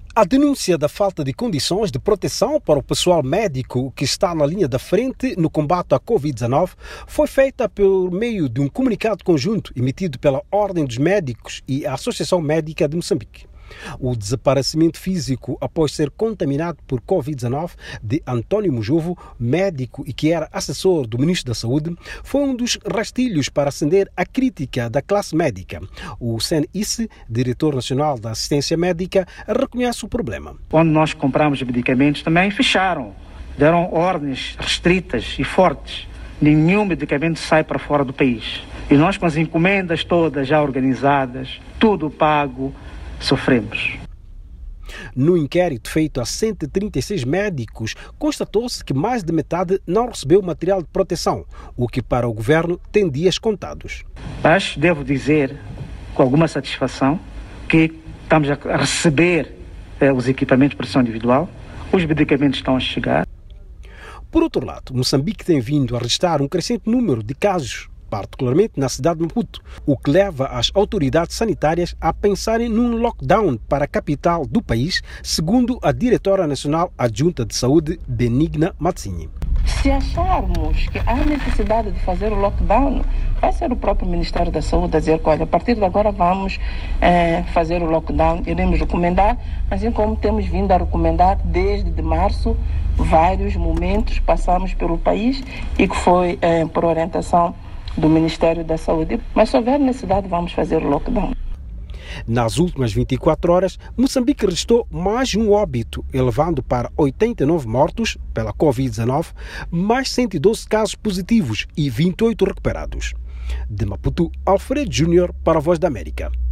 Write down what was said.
A denúncia da falta de condições de proteção para o pessoal médico que está na linha da frente no combate à Covid-19 foi feita por meio de um comunicado conjunto emitido pela Ordem dos Médicos e a Associação Médica de Moçambique. O desaparecimento físico após ser contaminado por Covid-19 de António Mujovo, médico e que era assessor do Ministro da Saúde, foi um dos rastilhos para acender a crítica da classe médica. O CNIS, Diretor Nacional da Assistência Médica, reconhece o problema. Onde nós compramos medicamentos também fecharam, deram ordens restritas e fortes. Nenhum medicamento sai para fora do país. E nós, com as encomendas todas já organizadas, tudo pago, sofremos. No inquérito feito a 136 médicos, constatou-se que mais de metade não recebeu material de proteção, o que para o governo tem dias contados. Mas devo dizer, com alguma satisfação, que estamos a receber os equipamentos de proteção individual, os medicamentos estão a chegar. Por outro lado, Moçambique tem vindo a registrar um crescente número de casos, particularmente na cidade de Maputo, o que leva as autoridades sanitárias a pensarem num lockdown para a capital do país, segundo a Diretora Nacional Adjunta de Saúde, Benigna Mazzini. Se acharmos que há necessidade de fazer o lockdown, vai ser o próprio Ministério da Saúde a dizer que, olha, a partir de agora vamos fazer o lockdown, iremos recomendar, assim como temos vindo a recomendar desde de março, vários momentos passamos pelo país e que foi por orientação do Ministério da Saúde. Mas se houver necessidade, vamos fazer o lockdown. Nas últimas 24 horas, Moçambique registrou mais um óbito, elevando para 89 mortos pela Covid-19, mais 112 casos positivos e 28 recuperados. De Maputo, Alfredo Júnior para a Voz da América.